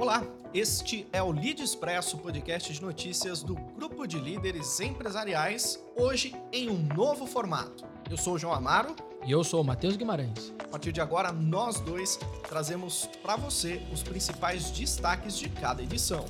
Olá, este é o Lead Expresso, podcast de notícias do Grupo de Líderes Empresariais, hoje em um novo formato. Eu sou o João Amaro. E eu sou o Matheus Guimarães. A partir de agora, nós dois trazemos para você os principais destaques de cada edição.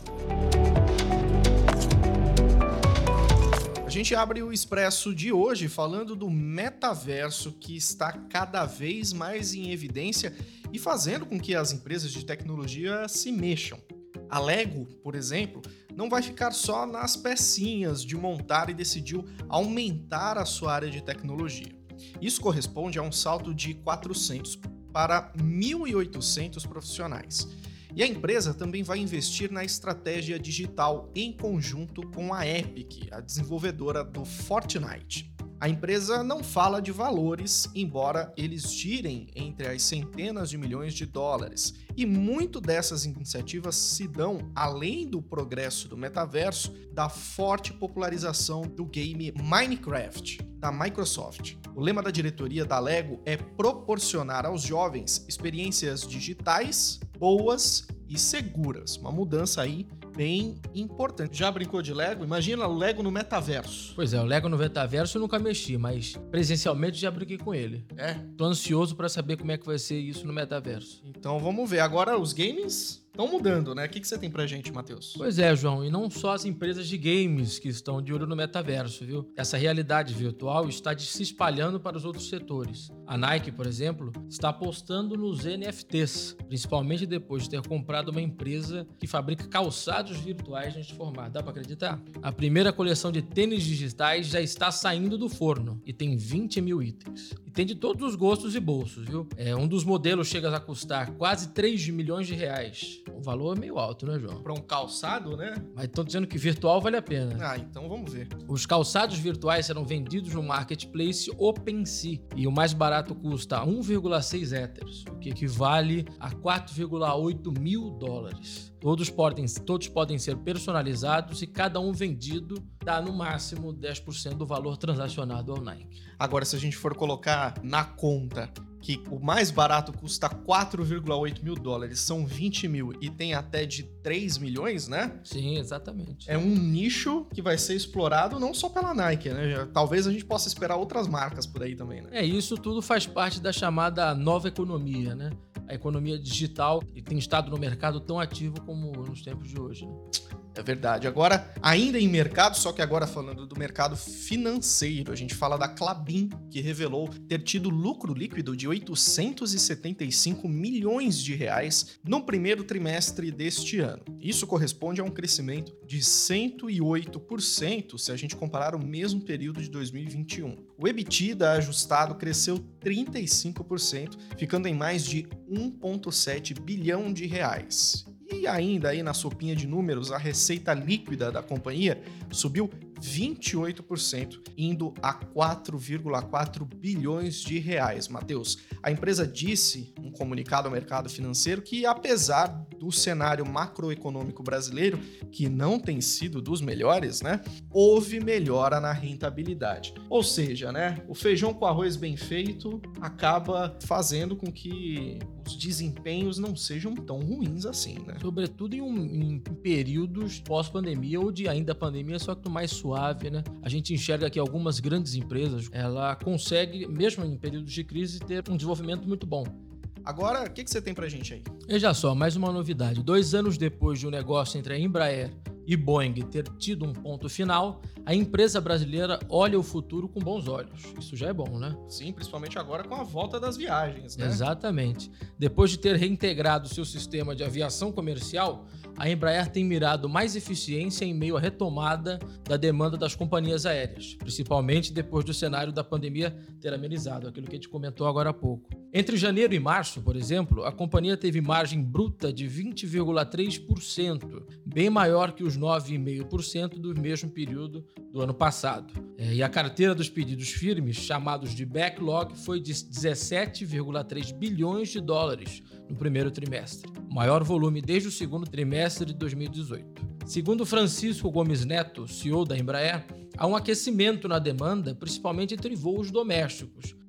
A gente abre o Expresso de hoje falando do metaverso, que está cada vez mais em evidência e fazendo com que as empresas de tecnologia se mexam. A Lego, por exemplo, não vai ficar só nas pecinhas de montar e decidiu aumentar a sua área de tecnologia. Isso corresponde a um salto de 400 para 1.800 profissionais. E a empresa também vai investir na estratégia digital em conjunto com a Epic, a desenvolvedora do Fortnite. A empresa não fala de valores, embora eles girem entre as centenas de milhões de dólares. E muito dessas iniciativas se dão, além do progresso do metaverso, da forte popularização do game Minecraft, da Microsoft. O lema da diretoria da Lego é proporcionar aos jovens experiências digitais boas e seguras. Uma mudança aí bem importante. Já brincou de Lego? Imagina o Lego no metaverso. Pois é, o Lego no metaverso eu nunca mexi, mas presencialmente já brinquei com ele. Tô ansioso para saber como é que vai ser isso no metaverso. Então vamos ver. Agora os games estão mudando, né? O que você tem pra gente, Matheus? Pois é, João, e não só as empresas de games que estão de olho no metaverso, viu? Essa realidade virtual está se espalhando para os outros setores. A Nike, por exemplo, está apostando nos NFTs, principalmente depois de ter comprado uma empresa que fabrica calçados virtuais neste formato. Dá pra acreditar? A primeira coleção de tênis digitais já está saindo do forno e tem 20 mil itens. E tem de todos os gostos e bolsos, viu? Um dos modelos chega a custar quase 3 milhões de reais. O valor é meio alto, né, João? Para um calçado, né? Mas estão dizendo que virtual vale a pena. Então vamos ver. Os calçados virtuais serão vendidos no marketplace OpenSea e o mais barato custa 1,6 Ethers, o que equivale a 4,8 mil dólares. Todos podem ser personalizados e cada um vendido dá no máximo 10% do valor transacionado ao Nike. Agora, se a gente for colocar na conta que o mais barato custa 4,8 mil dólares, são 20 mil e tem até de 3 milhões, né? Sim, exatamente. É um nicho que vai ser explorado não só pela Nike, né? Talvez a gente possa esperar outras marcas por aí também, né? Isso tudo faz parte da chamada nova economia, né? A economia digital tem estado no mercado tão ativo como nos tempos de hoje, né? É verdade. Agora, ainda em mercado, só que agora falando do mercado financeiro, a gente fala da Klabin, que revelou ter tido lucro líquido de 875 milhões de reais no primeiro trimestre deste ano. Isso corresponde a um crescimento de 108% se a gente comparar o mesmo período de 2021. O EBITDA ajustado cresceu 35%, ficando em mais de 1,7 bilhão de reais. E ainda aí na sopinha de números, a receita líquida da companhia subiu 28%, indo a 4,4 bilhões de reais. Matheus, a empresa disse, num comunicado ao mercado financeiro, que apesar do cenário macroeconômico brasileiro, que não tem sido dos melhores, né, houve melhora na rentabilidade. Ou seja, né, o feijão com arroz bem feito acaba fazendo com que os desempenhos não sejam tão ruins assim, né? Sobretudo em períodos pós-pandemia ou de ainda pandemia, só que mais suave, né? A gente enxerga que algumas grandes empresas, ela consegue, mesmo em períodos de crise, ter um desenvolvimento muito bom. Agora, o que você tem pra gente aí? Veja só, mais uma novidade. 2 anos depois de um negócio entre a Embraer e Boeing ter tido um ponto final, a empresa brasileira olha o futuro com bons olhos. Isso já é bom, né? Sim, principalmente agora com a volta das viagens, né? Exatamente. Depois de ter reintegrado seu sistema de aviação comercial, a Embraer tem mirado mais eficiência em meio à retomada da demanda das companhias aéreas, principalmente depois do cenário da pandemia ter amenizado, aquilo que a gente comentou agora há pouco. Entre janeiro e março, por exemplo, a companhia teve margem bruta de 20,3%, bem maior que os 9,5% do mesmo período do ano passado. E a carteira dos pedidos firmes, chamados de backlog, foi de 17,3 bilhões de dólares no primeiro trimestre, maior volume desde o segundo trimestre de 2018. Segundo Francisco Gomes Neto, CEO da Embraer, há um aquecimento na demanda, principalmente entre voos domésticos,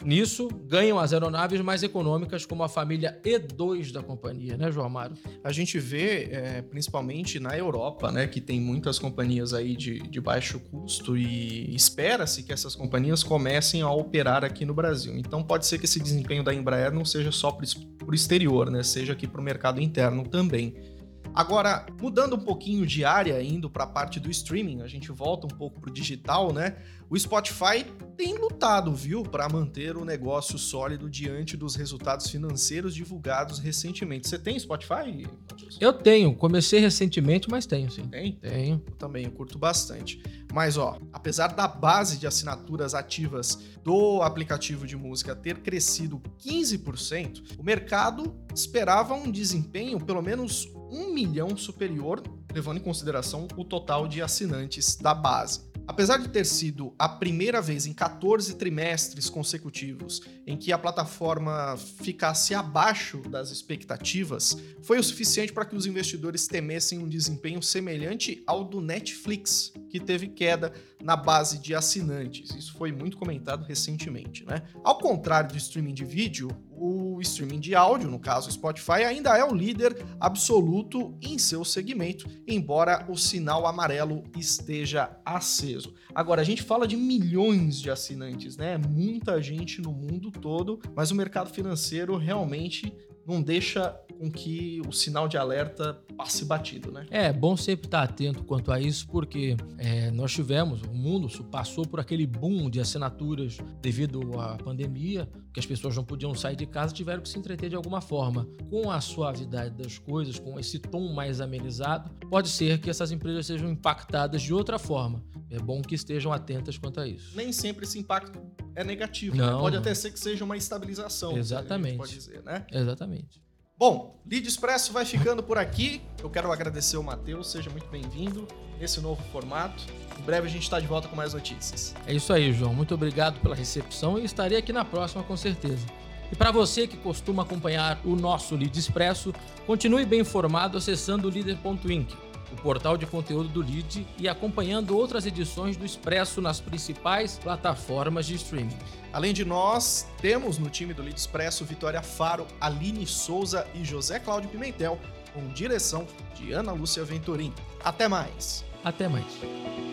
Nisso, ganham as aeronaves mais econômicas, como a família E2 da companhia, né, João Amaro? A gente vê, principalmente na Europa, né, que tem muitas companhias aí de baixo custo e espera-se que essas companhias comecem a operar aqui no Brasil. Então pode ser que esse desempenho da Embraer não seja só para o exterior, né, seja aqui para o mercado interno também. Agora, mudando um pouquinho de área, indo para a parte do streaming, a gente volta um pouco para o digital, né? O Spotify tem lutado, viu, para manter o negócio sólido diante dos resultados financeiros divulgados recentemente. Você tem Spotify, Matheus? Eu tenho. Comecei recentemente, mas tenho, sim. Tem? Tenho. Eu também, eu curto bastante. Mas, apesar da base de assinaturas ativas do aplicativo de música ter crescido 15%, o mercado esperava um desempenho pelo menos 1 milhão superior, levando em consideração o total de assinantes da base. Apesar de ter sido a primeira vez em 14 trimestres consecutivos em que a plataforma ficasse abaixo das expectativas, foi o suficiente para que os investidores temessem um desempenho semelhante ao do Netflix, que teve queda na base de assinantes. Isso foi muito comentado recentemente, né? Ao contrário do streaming de vídeo, o streaming de áudio, no caso o Spotify, ainda é o líder absoluto em seu segmento, embora o sinal amarelo esteja aceso. Agora, a gente fala de milhões de assinantes, né? Muita gente no mundo todo, mas o mercado financeiro realmente não deixa com que o sinal de alerta passe batido, né? É bom sempre estar atento quanto a isso, porque nós tivemos, o mundo passou por aquele boom de assinaturas devido à pandemia, que as pessoas não podiam sair de casa, tiveram que se entreter de alguma forma. Com a suavidade das coisas, com esse tom mais amenizado, pode ser que essas empresas sejam impactadas de outra forma. É bom que estejam atentas quanto a isso. Nem sempre esse impacto é negativo, não, né? Pode até ser que seja uma estabilização. Exatamente. A gente pode dizer, né? Exatamente. Bom, Lead Expresso vai ficando por aqui. Eu quero agradecer o Matheus, seja muito bem-vindo nesse novo formato. Em breve a gente está de volta com mais notícias. É isso aí, João. Muito obrigado pela recepção e estarei aqui na próxima com certeza. E para você que costuma acompanhar o nosso Lead Expresso, continue bem informado acessando o Leader.inc, o portal de conteúdo do Lead, e acompanhando outras edições do Expresso nas principais plataformas de streaming. Além de nós, temos no time do Lead Expresso Vitória Faro, Aline Souza e José Cláudio Pimentel, com direção de Ana Lúcia Venturim. Até mais! Até mais!